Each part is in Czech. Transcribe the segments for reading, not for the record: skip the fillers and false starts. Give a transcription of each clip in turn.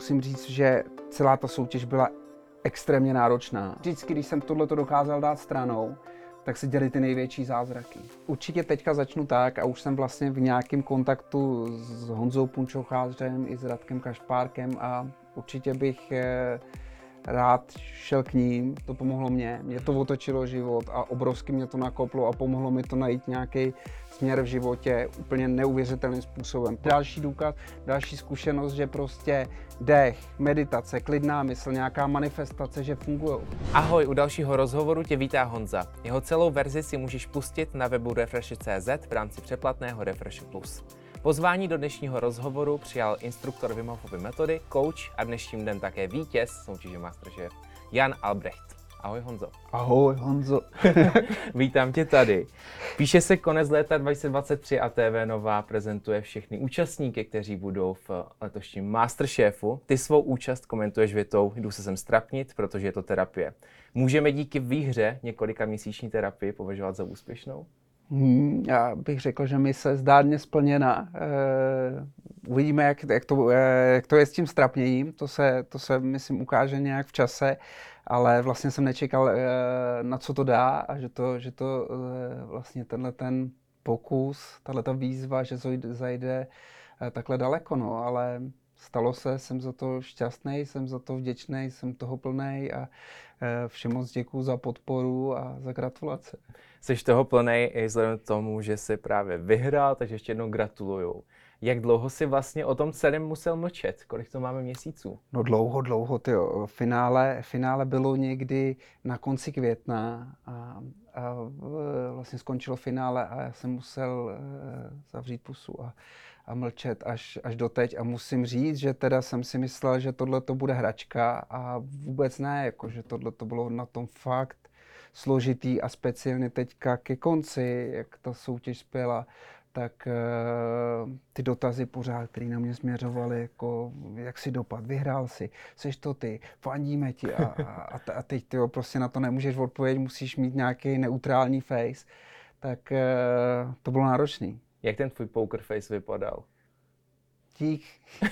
Musím říct, že celá ta soutěž byla extrémně náročná. Vždycky, když jsem tohleto dokázal dát stranou, tak se děly ty největší zázraky. Určitě teďka začnu tak a už jsem vlastně v nějakém kontaktu s Honzou Punčochářem i s Radkem Kašpárkem a určitě bych rád šel k ním, to pomohlo mě to otočilo život a obrovsky mě to nakoplo a pomohlo mi to najít nějaký směr v životě úplně neuvěřitelným způsobem. Další důkaz, další zkušenost, že prostě dech, meditace, klidná mysl, nějaká manifestace, že fungují. Ahoj, u dalšího rozhovoru tě vítá Honza. Jeho celou verzi si můžeš pustit na webu Refresh.cz v rámci předplatného Refresh Plus. Pozvání do dnešního rozhovoru přijal instruktor Wim Hofovy metody, coach a dnešním dnem také vítěz soutěže MasterChef Jan Albrecht. Ahoj Honzo. Ahoj Honzo. Vítám tě tady. Píše se konec léta 2023 a TV Nova prezentuje všechny účastníky, kteří budou v letošním MasterChefu. Ty svou účast komentuješ větou: jdu se sem strapnit, protože je to terapie. Můžeme díky výhře několika měsíční terapii považovat za úspěšnou? Já bych řekl, že mise zdárně splněna. Uvidíme, jak to je s tím strapněním, to se myslím ukáže nějak v čase, ale vlastně jsem nečekal, na co to dá a že to vlastně tenhle ten pokus, tahleta výzva, že zajde takhle daleko, no, ale stalo se, jsem za to šťastný, jsem za to vděčný, jsem toho plnej a všem moc děkuju za podporu a za gratulace. Jsi toho plnej i vzhledem k tomu, že jsi právě vyhrál, takže ještě jednou gratuluju. Jak dlouho jsi vlastně o tom celém musel mlčet? Kolik to máme měsíců? No dlouho, tyjo. Finále bylo někdy na konci května a vlastně skončilo finále a já jsem musel zavřít pusu a mlčet až doteď. A musím říct, že teda jsem si myslel, že tohle to bude hračka a vůbec ne, jako, že tohle to bylo na tom fakt složitý a speciálně teďka ke konci, jak ta soutěž spěla, tak ty dotazy pořád, které na mě směřovaly, jako jak si dopad, vyhrál si, seš to ty, fandíme ti a teď ty prostě na to nemůžeš odpovědět, musíš mít nějaký neutrální face, tak to bylo náročný. Jak ten tvůj poker face vypadal? Dík.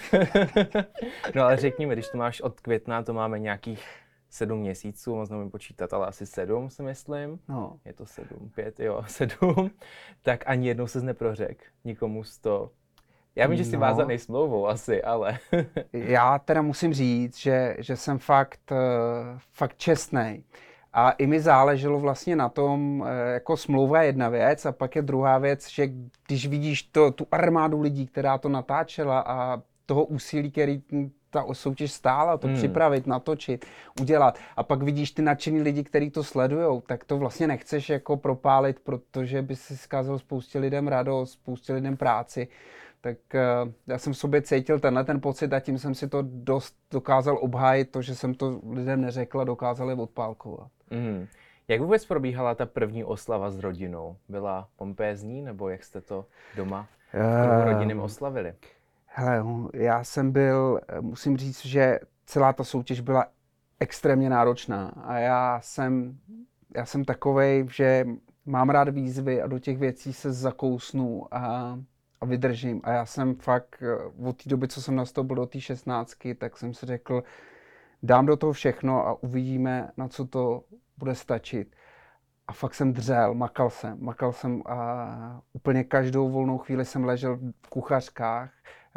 No ale řekni mi, když to máš od května, to máme nějakých 7 měsíců, moc nevím počítat, ale asi 7 si myslím. No. Je to 7, 5, jo, 7. Tak ani jednou ses neprořekl nikomu z to. Já vím, že jsi vázaný smlouvou asi, ale... Já teda musím říct, že jsem fakt čestnej. A i mi záleželo vlastně na tom, jako smlouva je jedna věc a pak je druhá věc, že když vidíš tu armádu lidí, která to natáčela a toho úsilí, který ta soutěž stála, to připravit, natočit, udělat. A pak vidíš ty nadšený lidi, kteří to sledujou, tak to vlastně nechceš jako propálit, protože by si zkázal spoustě lidem radost, spoustě lidem práci. Tak já jsem v sobě cítil ten pocit a tím jsem si to dost dokázal obhájit, to, že jsem to lidem neřekl a dokázal je odpálkovat. Jak vůbec probíhala ta první oslava s rodinou? Byla pompézní, nebo jak jste to doma v rodinném oslavili? Hele, já jsem byl, musím říct, že celá ta soutěž byla extrémně náročná a já jsem takovej, že mám rád výzvy a do těch věcí se zakousnu a vydržím. A já jsem fakt od té doby, co jsem nastoupil do té 16, tak jsem si řekl, dám do toho všechno a uvidíme, na co to bude stačit. A fakt jsem dřel, makal jsem a úplně každou volnou chvíli jsem ležel v kuchařkách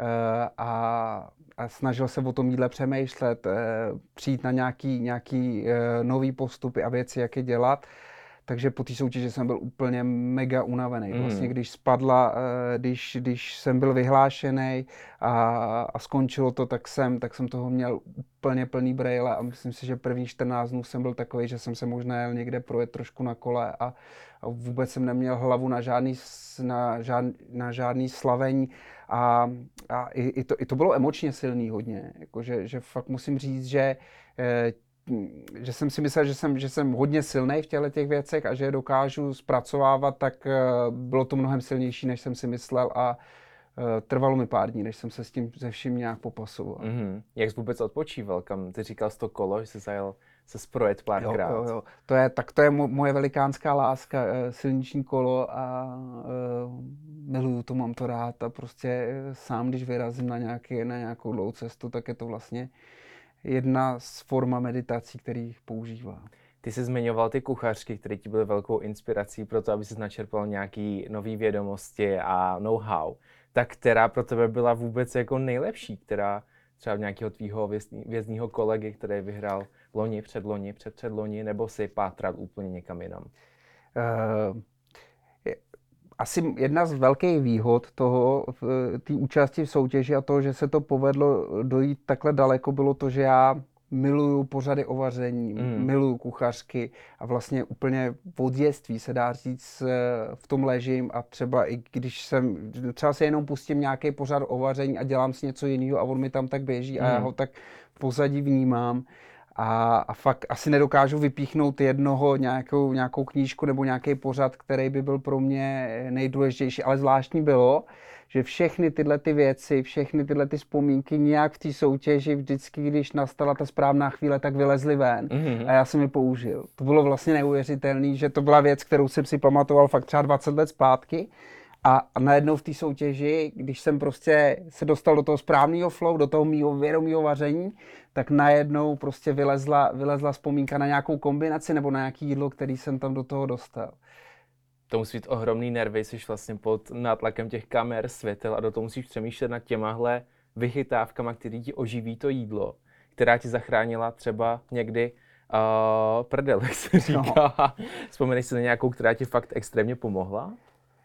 a snažil se o tom jídle přemýšlet, přijít na nějaký nový postupy a věci, jak je dělat. Takže po té soutěži jsem byl úplně mega unavený. Vlastně když spadla, když jsem byl vyhlášený a skončilo to, tak jsem toho měl úplně plný brejle a myslím si, že první 14 dnů jsem byl takový, že jsem se možná jel někde projet trošku na kole a vůbec jsem neměl hlavu na žádný slavení a i to bylo emočně silný hodně. Jako, že fakt musím říct, že jsem si myslel, že jsem hodně silný v těch věcech a že je dokážu zpracovávat, tak bylo to mnohem silnější, než jsem si myslel a Trvalo mi pár dní, než jsem se s tím ze vším nějak popasoval. Jak jsi vůbec odpočíval? Kam ty říkal jsi to kolo, že jsi zajel se sprojet párkrát? Jo. To je moje velikánská láska, silniční kolo a miluju to, mám to rád a prostě sám, když vyrazím na nějakou dlouhou cestu, tak je to vlastně jedna z forma meditací, který používám. Ty jsi zmiňoval ty kuchařky, které ti byly velkou inspirací pro to, aby jsi načerpal nějaké nové vědomosti a know-how. Tak která pro tebe byla vůbec jako nejlepší, která třeba nějakého tvýho vězního kolegy, který vyhrál loni, předloni, nebo si pátral úplně někam jinam? Asi jedna z velkých výhod té účasti v soutěži a toho, že se to povedlo dojít takhle daleko, bylo to, že já miluju pořady o vaření, miluju kuchařky a vlastně úplně od dětství se dá říct v tom ležím a třeba i když třeba si jenom pustím nějaký pořad o vaření a dělám si něco jiného a on mi tam tak běží a já ho tak v pozadí vnímám. A fakt asi nedokážu vypíchnout nějakou knížku nebo nějaký pořad, který by byl pro mě nejdůležitější. Ale zvláštní bylo, že všechny tyhle ty věci, všechny tyhle ty vzpomínky nějak v té soutěži vždycky, když nastala ta správná chvíle, tak vylezly ven. A já jsem je použil. To bylo vlastně neuvěřitelné, že to byla věc, kterou jsem si pamatoval fakt třeba 20 let zpátky. A najednou v té soutěži, když jsem prostě se dostal do toho správného flow, do toho mýho vědomého vaření, tak najednou prostě vylezla vzpomínka na nějakou kombinaci nebo na nějaký jídlo, který jsem tam do toho dostal. To musí být ohromný nervy, jsi vlastně pod nátlakem těch kamer, světel a do toho musíš přemýšlet nad těmahle vychytávkama, který ti oživí to jídlo, která ti zachránila třeba někdy prdel, jak se říká. No. Vzpomeneš si na nějakou, která ti fakt extrémně pomohla?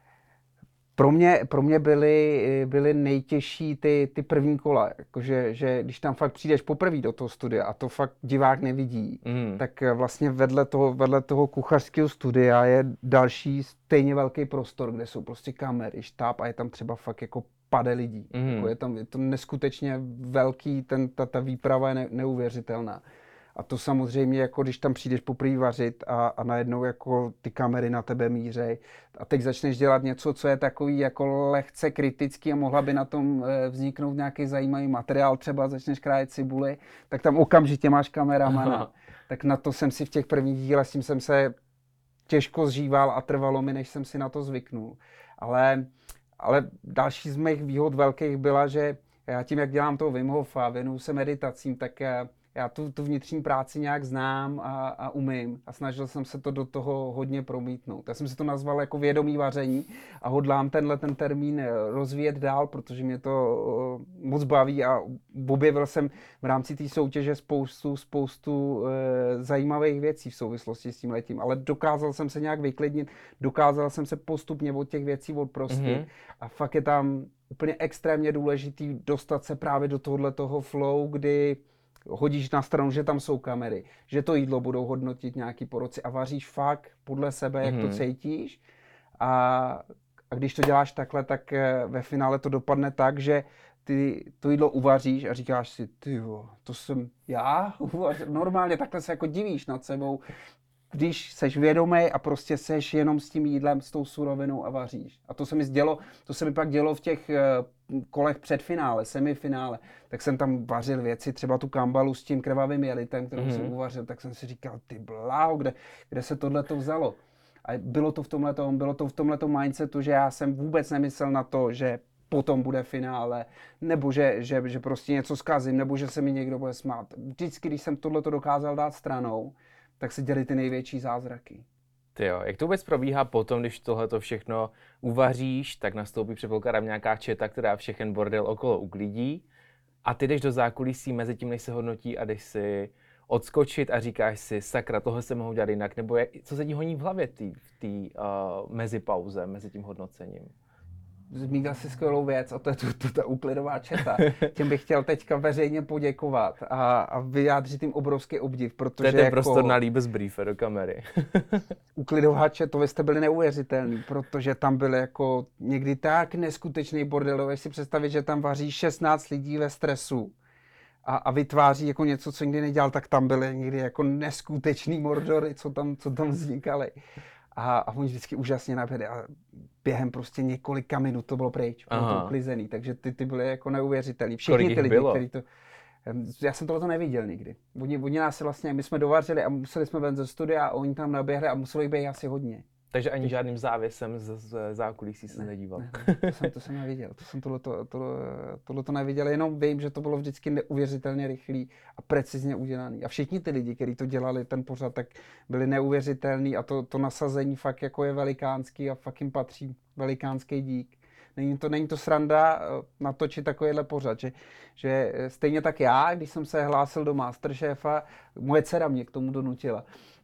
Pro mě byly nejtěžší ty první kola, jakože, že když tam fakt přijdeš poprvé do toho studia a to fakt divák nevidí, tak vlastně vedle toho kuchařského studia je další stejně velký prostor, kde jsou prostě kamery, štáb a je tam třeba fakt jako pade lidí. Jako je to neskutečně velký, ta výprava je neuvěřitelná. A to samozřejmě, jako když tam přijdeš poprvé vařit a najednou jako ty kamery na tebe mířej a teď začneš dělat něco, co je takový jako lehce kritický a mohla by na tom vzniknout nějaký zajímavý materiál, třeba začneš krájet cibuli, tak tam okamžitě máš kameramana. Tak na to jsem si v těch prvních dílech, s tím jsem se těžko zžíval a trvalo mi, než jsem si na to zvyknul. Ale další z mých výhod velkých byla, že já tím, jak dělám toho Wim Hofa, věnuju se meditacím, tak já tu vnitřní práci nějak znám a umím a snažil jsem se to do toho hodně promítnout. Já jsem si to nazval jako vědomý vaření a hodlám ten termín rozvíjet dál, protože mě to moc baví a objevil jsem v rámci té soutěže spoustu zajímavých věcí v souvislosti s tím letím, ale dokázal jsem se nějak vyklidnit, dokázal jsem se postupně od těch věcí odprostit a fakt je tam úplně extrémně důležitý dostat se právě do tohoto flow, kdy hodíš na stranu, že tam jsou kamery, že to jídlo budou hodnotit nějaký poroci a vaříš fakt podle sebe, jak to cítíš. A když to děláš takhle, tak ve finále to dopadne tak, že ty to jídlo uvaříš a říkáš si, tyjo, to jsem já? Normálně takhle se jako divíš nad sebou, když seš vědomý a prostě seš jenom s tím jídlem, s tou surovinou a vaříš. A to se mi pak dělo v těch kolech předfinále, semifinále. Tak jsem tam vařil věci, třeba tu kambalu s tím krvavým jelitem, kterou jsem uvařil, tak jsem si říkal, ty bláho, kde se tohleto vzalo. A bylo to v tomhletom mindsetu, že já jsem vůbec nemyslel na to, že potom bude finále, nebo že prostě něco zkazím, nebo že se mi někdo bude smát. Vždycky, když jsem tohleto dokázal dát stranou, tak se děly ty největší zázraky. Tyjo, jak to vůbec probíhá potom, když tohleto všechno uvaříš, tak nastoupí, předpokládám, nějaká četa, která všechen bordel okolo uklidí a ty jdeš do zákulisí mezi tím, než se hodnotí a jdeš si odskočit a říkáš si, sakra, tohle se mohou dělat jinak, nebo co se ti honí v hlavě v té mezipauze, mezi tím hodnocením? Zmínil si skvělou věc a to je ta úklidová četa. Těm bych chtěl teďka veřejně poděkovat a vyjádřit jim obrovský obdiv, protože to je ten jako prostor na Liebesbriefe do kamery. Úklidová četa, vy jste byli neuvěřitelný, protože tam byl jako někdy tak neskutečný bordel, si představit, že tam vaří 16 lidí ve stresu a vytváří jako něco, co nikdy nedělal, tak tam byly někdy jako neskutečný mordory, co tam vznikaly. a oni vždycky úžasně naběhli a během prostě několika minut to bylo pryč, bylo to uklizený, takže ty byly jako neuvěřitelný. Všichni ty lidi, kteří to... Já jsem tohleto neviděl nikdy. Oni nás vlastně, my jsme dovařili a museli jsme ven ze studia a oni tam naběhli a museli být asi hodně. Takže ani žádným závěsem z zákulisí se nedíval. To jsem neviděl, tohleto neviděl, jenom vím, že to bylo vždycky neuvěřitelně rychlý a precizně udělaný. A všichni ty lidi, kteří to dělali, ten pořad, tak byli neuvěřitelný a to nasazení fakt jako je velikánský a fakt jim patří velikánský dík. Není to sranda natočit takovýhle pořad, že stejně tak já, když jsem se hlásil do Masterchefa, moje dcera mě k tomu donutila,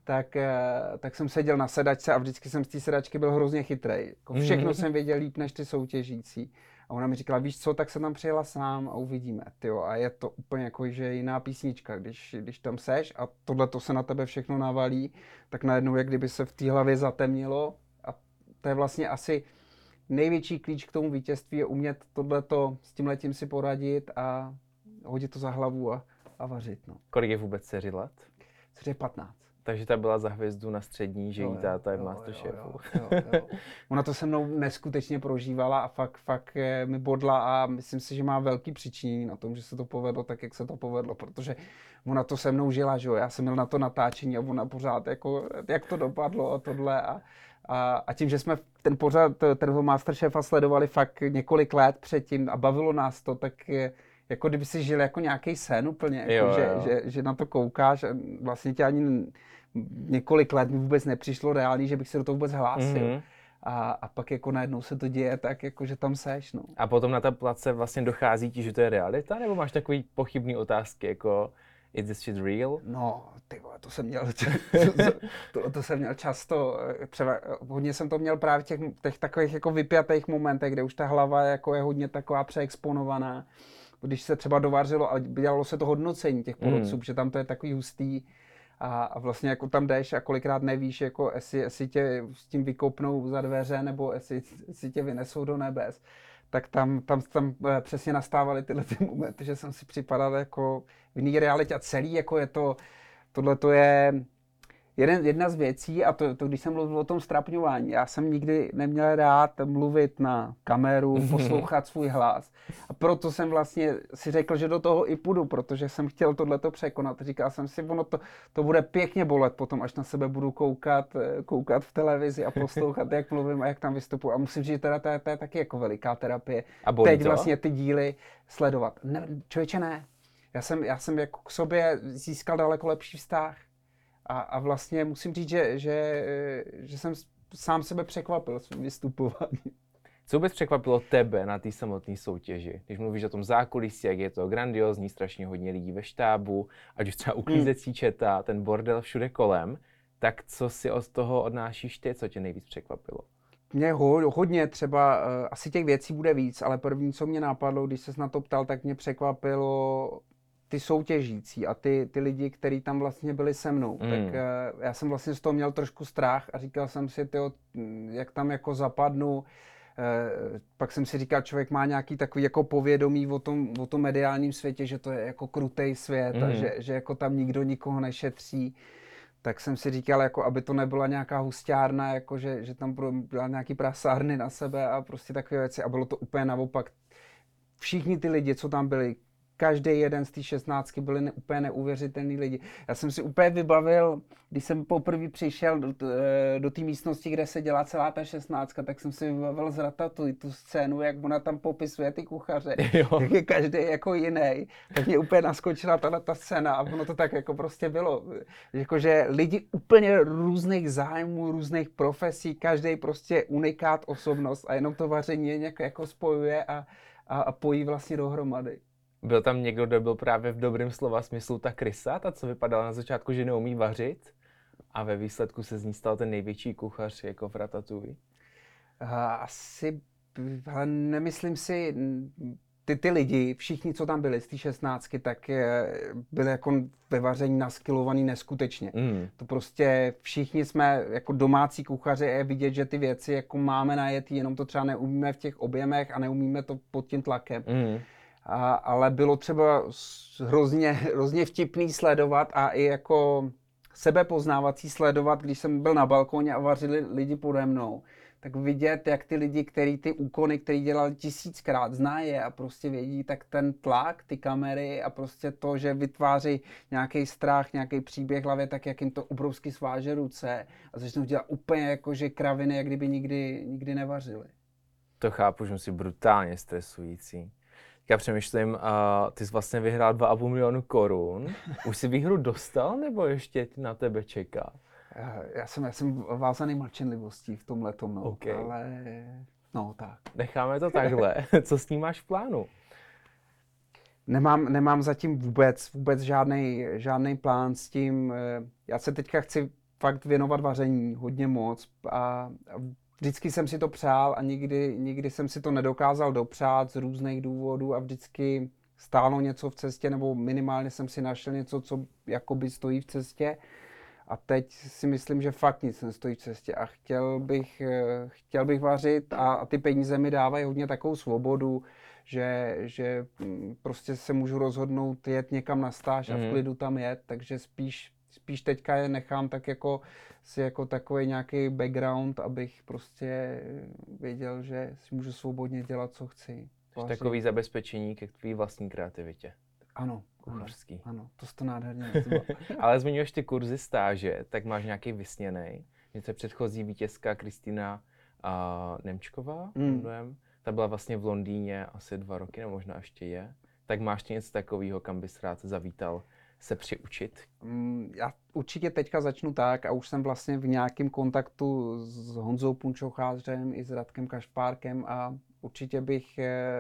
tak jsem seděl na sedačce a vždycky jsem z té sedačky byl hrozně chytrej. Všechno jsem věděl líp než ty soutěžící. A ona mi říkala, víš co, tak se tam přijela sám a uvidíme. Tyjo, a je to úplně jako, že jiná písnička, když tam seš a tohle to se na tebe všechno navalí, tak najednou jak kdyby se v té hlavě zatemnilo a to je vlastně asi největší klíč k tomu vítězství je umět tohleto s tímhletím si poradit a hodit to za hlavu a vařit. No. Kolik je vůbec dceři let? Dceři je 15. Takže ta byla za hvězdu na střední, že jí táta je v Masterchefu. Jo. Ona to se mnou neskutečně prožívala a fakt mi bodla a myslím si, že má velký přičinění na tom, že se to povedlo tak, jak se to povedlo, protože ona to se mnou žila, že jo. Já jsem měl na to natáčení a ona pořád jako, jak to dopadlo a tohle a tím, že jsme ten pořad, ten Masterchefa sledovali fakt několik let předtím a bavilo nás to, tak jako kdyby si žil jako nějaký sen úplně, jako, že na to koukáš a vlastně tě ani několik let mi vůbec nepřišlo reálný, že bych se do toho vůbec hlásil. A pak jako najednou se to děje tak, jako že tam seš, no. A potom na ta place vlastně dochází ti, že to je realita, nebo máš takový pochybný otázky, jako is this shit real? No, ty vole, to jsem měl často, třeba hodně jsem to měl právě v těch takových jako vypjatých momentech, kde už ta hlava jako je hodně taková přeexponovaná. Když se třeba dovařilo a dělalo se to hodnocení těch porodců, protože tam to je takový hustý a vlastně jako tam jdeš a kolikrát nevíš, jako jestli tě s tím vykopnou za dveře nebo jestli tě vynesou do nebes, tak tam přesně nastávaly tyhle ty momenty, že jsem si připadal jako v jiný realitě a celý jako je to, tohle to je jedna z věcí a to když jsem mluvil o tom strapňování, já jsem nikdy neměl rád mluvit na kameru, poslouchat svůj hlas a proto jsem vlastně si řekl, že do toho i půjdu, protože jsem chtěl tohleto překonat. Říkal jsem si, ono to bude pěkně bolet potom, až na sebe budu koukat v televizi a poslouchat, jak mluvím a jak tam vystupuji. A musím říct, že teda to je taky jako veliká terapie. A bolí teď to? vlastně ty díly sledovat. Ne, člověče ne. Já jsem jako k sobě získal daleko lepší vztah. A vlastně musím říct, že jsem sám sebe překvapil svým vystupováním. Co vůbec překvapilo tebe na té samotné soutěži? Když mluvíš o tom zákulisí, jak je to grandiózní, strašně hodně lidí ve štábu, ať už třeba uklízecí četa, ten bordel všude kolem, tak co si od toho odnášíš ty, co tě nejvíc překvapilo? Mě hodně třeba, asi těch věcí bude víc, ale první, co mě napadlo, když ses na to ptal, tak mě překvapilo ty soutěžící a ty lidi, kteří tam vlastně byli se mnou. Tak já jsem vlastně z toho měl trošku strach a říkal jsem si, tyjo, jak tam jako zapadnu. Pak jsem si říkal, člověk má nějaký takový jako povědomí o tom mediálním světě, že to je jako krutej svět a že jako tam nikdo nikoho nešetří. Tak jsem si říkal, jako aby to nebyla nějaká husťárna, jako že tam byla nějaký prasárny na sebe a prostě takové věci. A bylo to úplně naopak. Všichni ty lidi, co tam byli, každý jeden z té 16 byli úplně neuvěřitelný lidi. Já jsem si úplně vybavil, když jsem poprvé přišel do té místnosti, kde se dělá celá ta 16, tak jsem si vybavil z Ratatouille tu scénu, jak ona tam popisuje ty kuchaře, jak je každý jako jiný. Tak mě úplně naskočila ta scéna a ono to tak jako prostě bylo. Jakože lidi úplně různých zájmů, různých profesí, každý prostě unikát osobnost a jenom to vaření je nějak jako spojuje a pojí vlastně dohromady. Byl tam někdo, kdo byl právě v dobrém slova smyslu ta krysa, ta, co vypadala na začátku, že neumí vařit a ve výsledku se z ní stal ten největší kuchař jako v Ratatouille? Asi, ale nemyslím si, ty lidi, všichni, co tam byli z té 16, tak byli jako ve vaření naskylovaný neskutečně. To prostě všichni jsme jako domácí kuchaři a je vidět, že ty věci jako máme najetý, jenom to třeba neumíme v těch objemech a neumíme to pod tím tlakem. Ale bylo třeba hrozně vtipný sledovat a i jako sebepoznávací sledovat, když jsem byl na balkóně a vařili lidi pode mnou, tak vidět, jak ty lidi, který ty úkony, který dělali 1000krát, znají je a prostě vědí, tak ten tlak, ty kamery a prostě to, že vytváří nějaký strach, nějaký příběh v hlavě, tak jak jim to obrovsky sváže ruce a začnou dělat úplně jako, že kraviny, jak kdyby nikdy nevařili. To chápu, že musí brutálně stresující. Já přemýšlím, ty jsi vlastně vyhrál 2,5 milionu korun. Už jsi výhru dostal, nebo ještě na tebe čeká? Já jsem vázaný mlčenlivostí v tomhletom, no. Okay. Ale no tak. Necháme to takhle. Co s ním máš v plánu? Nemám zatím vůbec žádný plán s tím. Já se teďka chci fakt věnovat vaření hodně moc a vždycky jsem si to přál a nikdy jsem si to nedokázal dopřát z různých důvodů a vždycky stálo něco v cestě, nebo minimálně jsem si našel něco, co jakoby stojí v cestě. A teď si myslím, že fakt nic nestojí v cestě a chtěl bych vařit a ty peníze mi dávají hodně takovou svobodu, že prostě se můžu rozhodnout jet někam na stáž a v klidu tam jet, takže spíš teďka je nechám tak jako takový nějaký background, abych prostě věděl, že si můžu svobodně dělat, co chci. Takový zabezpečení ke tvý vlastní kreativitě. Ano. Kuchařský. Ano, to jste nádherně. Ale zmiňuješ ty kurzy stáže, tak máš nějaký vysněnej. Něco předchozí vítězka Kristýna Nemčková, ta byla vlastně v Londýně asi 2 roky, nebo možná ještě je. Tak máš ty něco takového, kam bys rád zavítal se přiučit? Já určitě teďka začnu tak a už jsem vlastně v nějakém kontaktu s Honzou Punčochářem i s Radkem Kašpárkem a určitě bych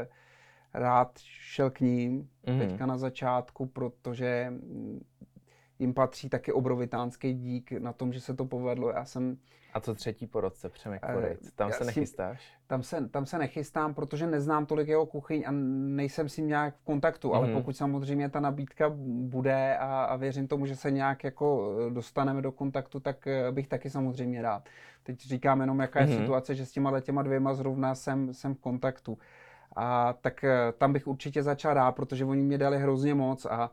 rád šel k ním teďka na začátku, protože jim patří taky obrovitánský dík na tom, že se to povedlo. A co třetí po roce, Přemek Koryc? Tam se nechystáš? Tam se nechystám, protože neznám tolik jeho kuchyň a nejsem s ním nějak v kontaktu, ale pokud samozřejmě ta nabídka bude a věřím tomu, že se nějak jako dostaneme do kontaktu, tak bych taky samozřejmě rád. Teď říkám jenom, jaká je situace, že s těma 2 zrovna jsem v kontaktu. A tak tam bych určitě začal rád, protože oni mě dali hrozně moc a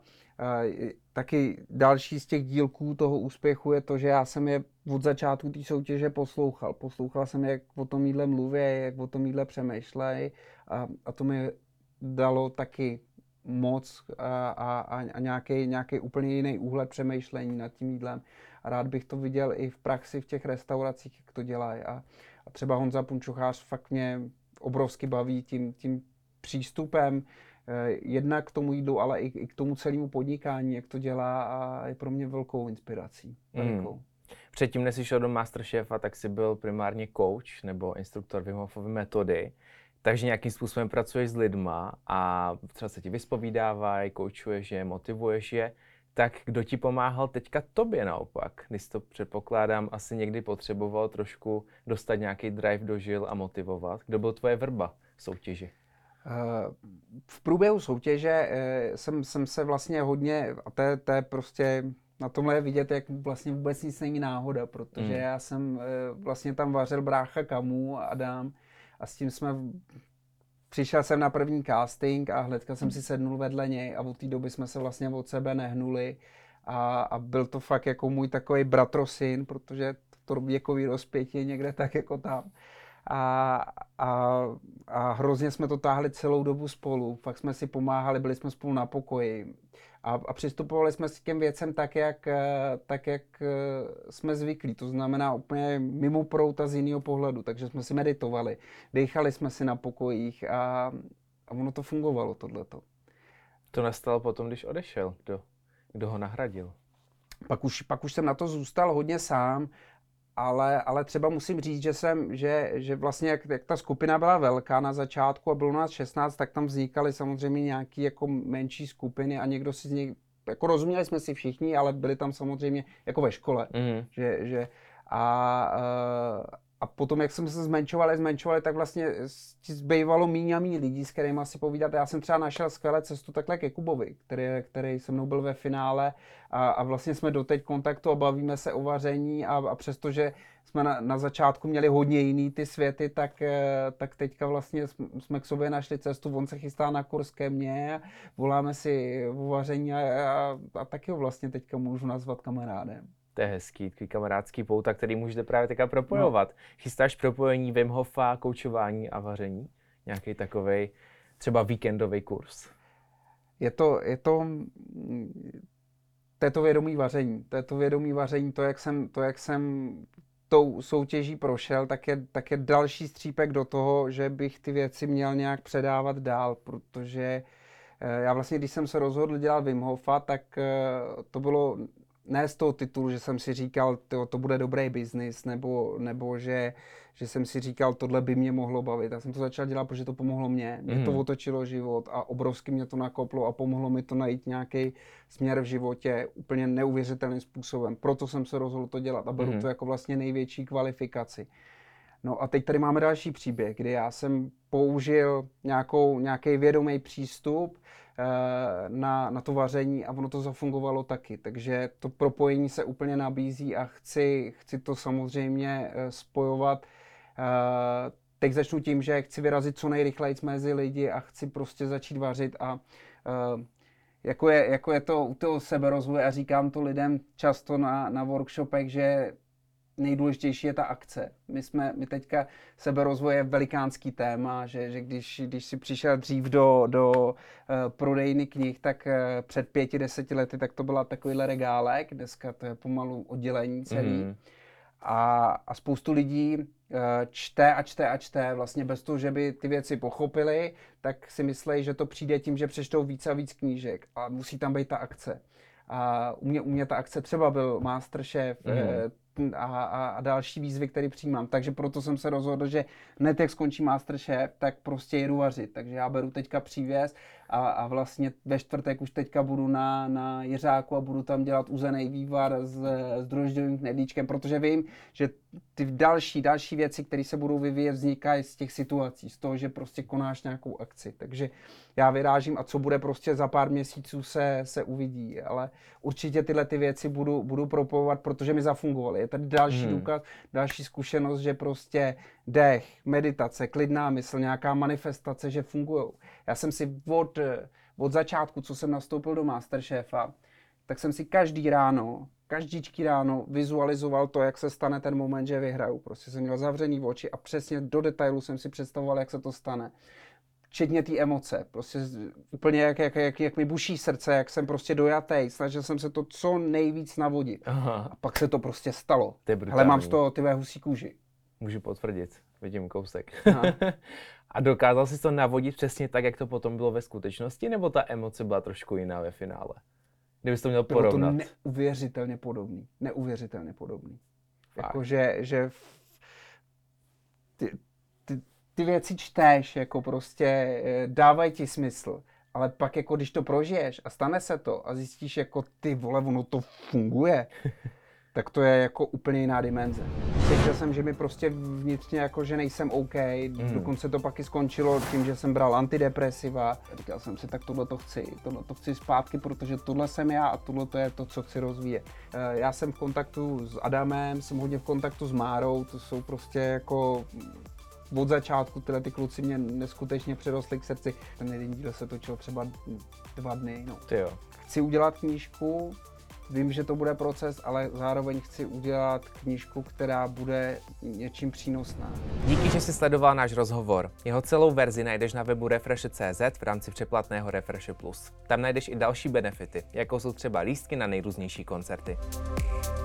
taky další z těch dílků toho úspěchu je to, že já jsem je od začátku té soutěže poslouchal. Poslouchal jsem, jak o tom jídle mluví, jak o tom jídle přemýšlej a to mi dalo taky moc a nějaký úplně jiný úhled přemýšlení nad tím jídlem. A rád bych to viděl i v praxi v těch restauracích, jak to dělají. A třeba Honza Punčochář fakt mě obrovsky baví tím přístupem jednak k tomu jídlu, ale i k tomu celému podnikání, jak to dělá a je pro mě velkou inspirací. Předtím, než jsi šel do Masterchefa, tak jsi byl primárně coach nebo instruktor Wim Hofovy metody, takže nějakým způsobem pracuješ s lidma a třeba se ti vyspovídávají, coachuješ je, motivuješ je. Tak kdo ti pomáhal teďka tobě naopak, když to předpokládám asi někdy potřeboval trošku dostat nějaký drive do žil a motivovat? Kdo byl tvoje vrba v soutěži? V průběhu soutěže jsem se vlastně hodně, a to je prostě, na tomhle je vidět, jak vlastně vůbec nic není náhoda, protože já jsem vlastně tam vařil brácha Kamu a Adam a s tím přišel jsem na první casting a hnedka jsem si sednul vedle něj a od té doby jsme se vlastně od sebe nehnuli a byl to fakt jako můj takový bratrosyn, protože to věkový rozpětí je někde tak jako tam. A hrozně jsme to táhli celou dobu spolu, fakt jsme si pomáhali, byli jsme spolu na pokoji a přistupovali jsme s těm věcem tak, jak jsme zvyklí, to znamená úplně mimo proud a z jiného pohledu, takže jsme si meditovali, dechali jsme si na pokojích a ono to fungovalo, tohleto. To nastalo potom, když odešel, kdo ho nahradil? Pak už jsem na to zůstal hodně sám, ale třeba musím říct, že vlastně jak ta skupina byla velká na začátku a bylo nás 16, tak tam vznikaly samozřejmě nějaké jako menší skupiny a někdo si z nich, jako rozuměli jsme si všichni, ale byli tam samozřejmě jako ve škole. A potom, jak jsme se zmenšovali, tak vlastně zbývalo míň a míň lidí, s kterými si povídat. Já jsem třeba našel skvělé cestu takhle ke Kubovi, který se mnou byl ve finále a vlastně jsme doteď v kontaktu a bavíme se o vaření a přestože jsme na začátku měli hodně jiný ty světy, tak teďka vlastně jsme k sobě našli cestu. On se chystá na kurz ke mně, voláme si o vaření a taky ho vlastně teďka můžu nazvat kamarádem. To je hezký, takový kamarádský pouta, který můžete právě teďka propojovat. No. Chystáš propojení Wim Hofa, koučování a vaření? Nějaký takovej třeba víkendový kurz? To je to vědomý vaření. To, jak jsem tou soutěží prošel, tak je další střípek do toho, že bych ty věci měl nějak předávat dál, protože já vlastně, když jsem se rozhodl dělat Wim Hofa, tak to bylo ne z toho titulu, že jsem si říkal, to bude dobrý biznis, nebo že jsem si říkal, tohle by mě mohlo bavit. Já jsem to začal dělat, protože to pomohlo mně. Mě to otočilo život a obrovsky mě to nakoplo a pomohlo mi to najít nějaký směr v životě úplně neuvěřitelným způsobem. Proto jsem se rozhodl to dělat a beru to jako vlastně největší kvalifikaci. No a teď tady máme další příběh, kdy já jsem použil nějaký vědomý přístup na to vaření a ono to zafungovalo taky. Takže to propojení se úplně nabízí a chci to samozřejmě spojovat. Teď začnu tím, že chci vyrazit co nejrychleji mezi lidi a chci prostě začít vařit a jako je to u toho seberozvoje a říkám to lidem často na workshopech, že nejdůležitější je ta akce. My teďka seberozvoj je velikánský téma, že když si přišel dřív do prodejny knih, tak před 5-10 lety, tak to byla takovýhle regálek, dneska to je pomalu oddělení celý. A spoustu lidí čte, vlastně bez toho, že by ty věci pochopili, tak si myslí, že to přijde tím, že přečtou víc a víc knížek a musí tam být ta akce. A u mě ta akce třeba byl Masterchef, a další výzvy, které přijímám. Takže proto jsem se rozhodl, že hned jak skončí Masterchef, tak prostě jedu vařit. Takže já beru teďka přívěs a vlastně ve čtvrtek už teďka budu na Jiřáku a budu tam dělat uzený vývar s drožďovým knedlíčkem, protože vím, že ty další věci, které se budou vyvíjet, vznikají z těch situací, z toho, že prostě konáš nějakou akci. Takže já vyrážím a co bude prostě za pár měsíců se uvidí, ale určitě tyhle ty věci budu propojovat, protože mi zafungovaly. Je tady další důkaz, další zkušenost, že prostě dech, meditace, klidná mysl, nějaká manifestace, že fungují. Já jsem si od začátku, co jsem nastoupil do Masterchefa, tak jsem si každý ráno vizualizoval to, jak se stane ten moment, že vyhraju. Prostě jsem měl zavřený oči a přesně do detailu jsem si představoval, jak se to stane. Včetně té emoce, prostě úplně jak mi buší srdce, jak jsem prostě dojatý, snažil jsem se to co nejvíc navodit. Aha. A pak se to prostě stalo. Hele, mám z toho tyhle husí kůži. Můžu potvrdit, vidím kousek. A dokázal jsi to navodit přesně tak, jak to potom bylo ve skutečnosti, nebo ta emoce byla trošku jiná ve finále? Kdybys to měl porovnat. Bylo to neuvěřitelně podobný. Jakože ty věci čteš, jako prostě dávají ti smysl, ale pak jako když to prožiješ a stane se to a zjistíš jako ty vole, ono to funguje, tak to je jako úplně jiná dimenze. Cítil jsem, že mi prostě vnitřně jako, že nejsem OK, dokonce to pak i skončilo tím, že jsem bral antidepresiva. Říkal jsem si, tak tohle to chci zpátky, protože tohle jsem já a tohle to je to, co chci rozvíjet. Já jsem v kontaktu s Adamem, jsem hodně v kontaktu s Márou, to jsou prostě jako od začátku tyhle ty kluci mě neskutečně přirostli k srdci. Ten jeden díl se točil třeba 2 dny. No. Ty jo. Chci udělat knížku, vím, že to bude proces, ale zároveň chci udělat knížku, která bude něčím přínosná. Díky, že jsi sledoval náš rozhovor. Jeho celou verzi najdeš na webu Refreshe.cz v rámci předplatného Refreshe Plus. Tam najdeš i další benefity, jako jsou třeba lístky na nejrůznější koncerty.